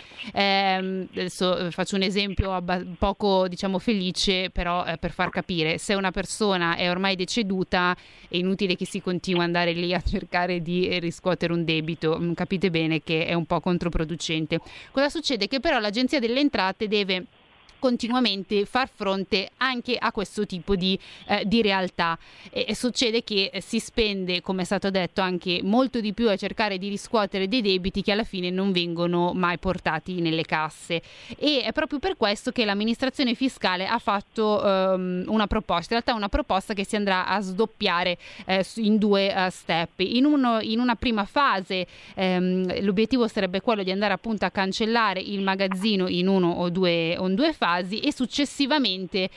[SPEAKER 3] Eh, adesso faccio un esempio abba- poco diciamo felice, però eh, per far capire: se una persona è ormai deceduta è inutile che si continui ad andare lì a cercare di riscuotere un debito, capite bene che è un po' controproducente. Cosa succede? Che però l'Agenzia delle Entrate deve continuamente far fronte anche a questo tipo di, eh, di realtà e, e succede che si spende, come è stato detto, anche molto di più a cercare di riscuotere dei debiti che alla fine non vengono mai portati nelle casse, e è proprio per questo che l'amministrazione fiscale ha fatto um, una proposta, in realtà una proposta che si andrà a sdoppiare eh, in due uh, step. In, uno, in una prima fase ehm, l'obiettivo sarebbe quello di andare appunto a cancellare il magazzino in uno o due, o in due fasi, e successivamente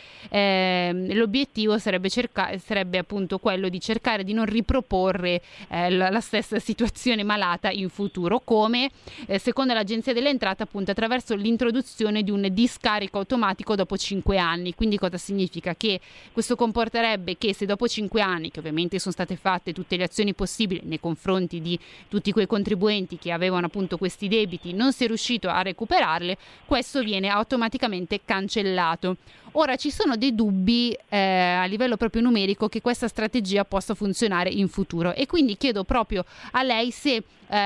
[SPEAKER 3] eh, l'obiettivo sarebbe, cerca- sarebbe appunto quello di cercare di non riproporre eh, la, la stessa situazione malata in futuro, come eh, secondo l'Agenzia delle Entrate appunto attraverso l'introduzione di un discarico automatico dopo cinque anni. Quindi cosa significa? Che questo comporterebbe che se dopo cinque anni, che ovviamente sono state fatte tutte le azioni possibili nei confronti di tutti quei contribuenti che avevano appunto questi debiti, non si è riuscito a recuperarle, questo viene automaticamente cancellato. Ora ci sono dei dubbi eh, a livello proprio numerico che questa strategia possa funzionare in futuro, e quindi chiedo proprio a lei se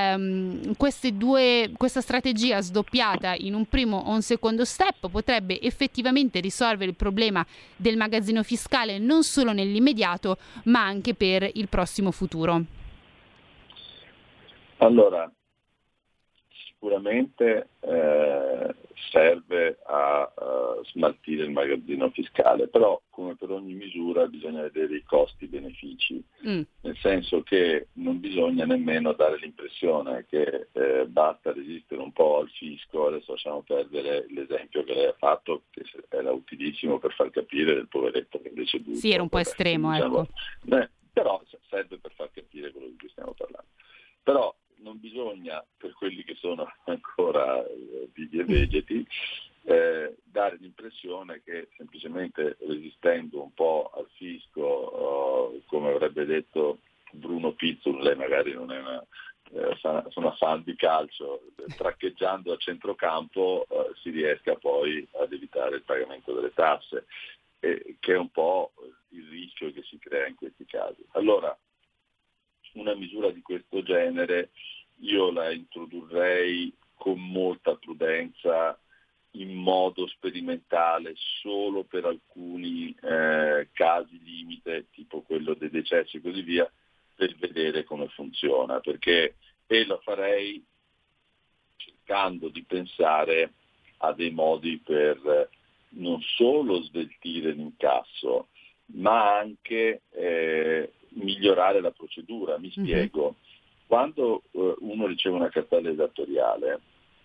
[SPEAKER 3] ehm, queste due, questa strategia sdoppiata in un primo o un secondo step potrebbe effettivamente risolvere il problema del magazzino fiscale non solo nell'immediato ma anche per il prossimo futuro.
[SPEAKER 11] Allora, sicuramente eh, serve a, a smaltire il magazzino fiscale, però come per ogni misura bisogna vedere i costi-benefici, mm. nel senso che non bisogna nemmeno dare l'impressione che eh, basta resistere un po' al fisco. Adesso lasciamo perdere l'esempio che lei ha fatto, che era utilissimo per far capire del poveretto che invece è
[SPEAKER 3] sì, era un po' Vabbè, estremo,
[SPEAKER 11] diciamo,
[SPEAKER 3] ecco.
[SPEAKER 11] Beh, però serve per far capire quello di cui stiamo parlando. Però non bisogna, per quelli che sono ancora eh, vivi e vegeti, eh, dare l'impressione che semplicemente resistendo un po' al fisco, oh, come avrebbe detto Bruno Pizzul, lei magari non è una, eh, una fan di calcio, traccheggiando a centrocampo eh, si riesca poi ad evitare il pagamento delle tasse, eh, che è un po' il rischio che si crea in questi casi. Allora, una misura di questo genere io la introdurrei con molta prudenza, in modo sperimentale, solo per alcuni eh, casi limite, tipo quello dei decessi e così via, per vedere come funziona, perché e lo farei cercando di pensare a dei modi per non solo sveltire l'incasso, ma anche eh, migliorare la procedura. Mi spiego. Mm-hmm. Quando eh, uno riceve una cartella esattoriale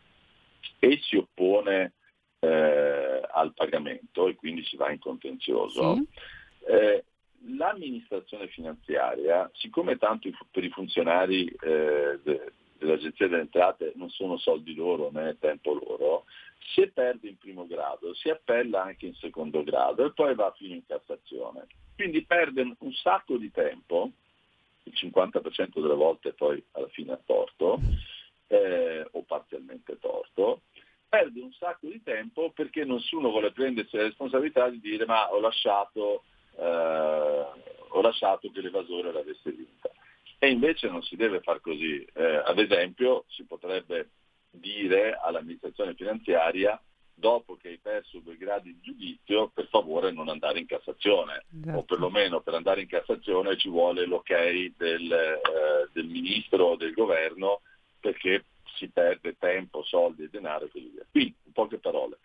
[SPEAKER 11] e si oppone eh, al pagamento e quindi si va in contenzioso, sì. eh, l'amministrazione finanziaria, siccome tanto i, per i funzionari eh, de, dell'Agenzia delle Entrate non sono soldi loro né è tempo loro, se perde in primo grado si appella anche in secondo grado e poi va fino in Cassazione. Quindi perde un sacco di tempo, il cinquanta per cento delle volte poi alla fine ha torto, eh, o parzialmente torto, perde un sacco di tempo perché nessuno vuole prendersi la responsabilità di dire ma ho lasciato, eh, ho lasciato che l'evasore l'avesse vinta. E invece non si deve far così. Eh, ad esempio si potrebbe dire all'amministrazione finanziaria dopo che hai perso due gradi di giudizio, per favore non andare in Cassazione, esatto. O perlomeno per andare in Cassazione ci vuole l'ok del, eh, del ministro o del governo, perché si perde tempo, soldi e denaro e così via. Quindi, in poche parole,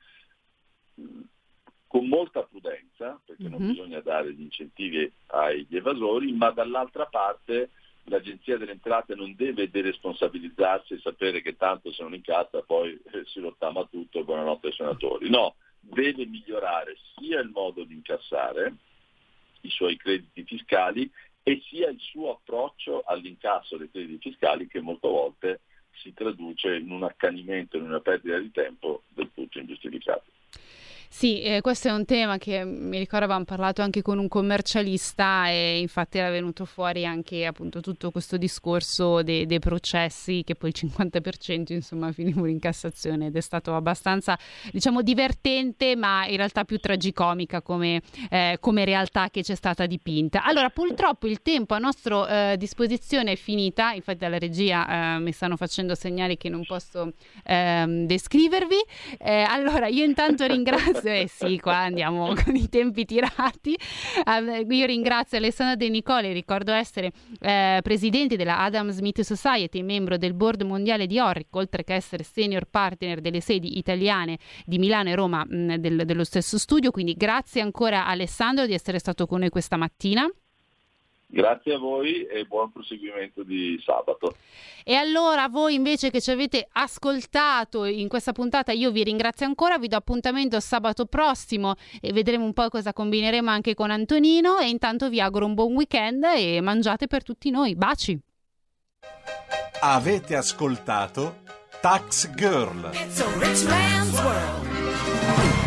[SPEAKER 11] con molta prudenza, perché mm-hmm. non bisogna dare gli incentivi agli evasori, ma dall'altra parte l'Agenzia delle Entrate non deve deresponsabilizzarsi e sapere che tanto se non incassa poi eh, si rottama tutto, buonanotte ai senatori. No, deve migliorare sia il modo di incassare i suoi crediti fiscali e sia il suo approccio all'incasso dei crediti fiscali, che molte volte si traduce in un accanimento, in una perdita di tempo del tutto ingiustificato.
[SPEAKER 3] Sì, eh, questo è un tema che mi ricordo avevamo parlato anche con un commercialista, e infatti era venuto fuori anche appunto tutto questo discorso dei, dei processi, che poi il cinquanta per cento insomma finivano in Cassazione, ed è stato abbastanza, diciamo, divertente, ma in realtà più tragicomica come, eh, come realtà che c'è stata dipinta. Allora, purtroppo il tempo a nostra eh, disposizione è finita, infatti dalla regia eh, mi stanno facendo segnali che non posso eh, descrivervi. Eh, allora io intanto ringrazio Eh sì, qua andiamo con i tempi tirati. Uh, io ringrazio Alessandro De Nicoli, ricordo essere eh, presidente della Adam Smith Society, membro del board mondiale di Orric, oltre che essere senior partner delle sedi italiane di Milano e Roma mh, del, dello stesso studio. Quindi grazie ancora Alessandro di essere stato con noi questa mattina.
[SPEAKER 11] Grazie a voi e buon proseguimento di sabato.
[SPEAKER 3] E allora voi invece che ci avete ascoltato in questa puntata, io vi ringrazio ancora, vi do appuntamento sabato prossimo e vedremo un po' cosa combineremo anche con Antonino, e intanto vi auguro un buon weekend e mangiate per tutti noi. Baci!
[SPEAKER 1] Avete ascoltato Tax Girl.
[SPEAKER 2] It's a rich man's world.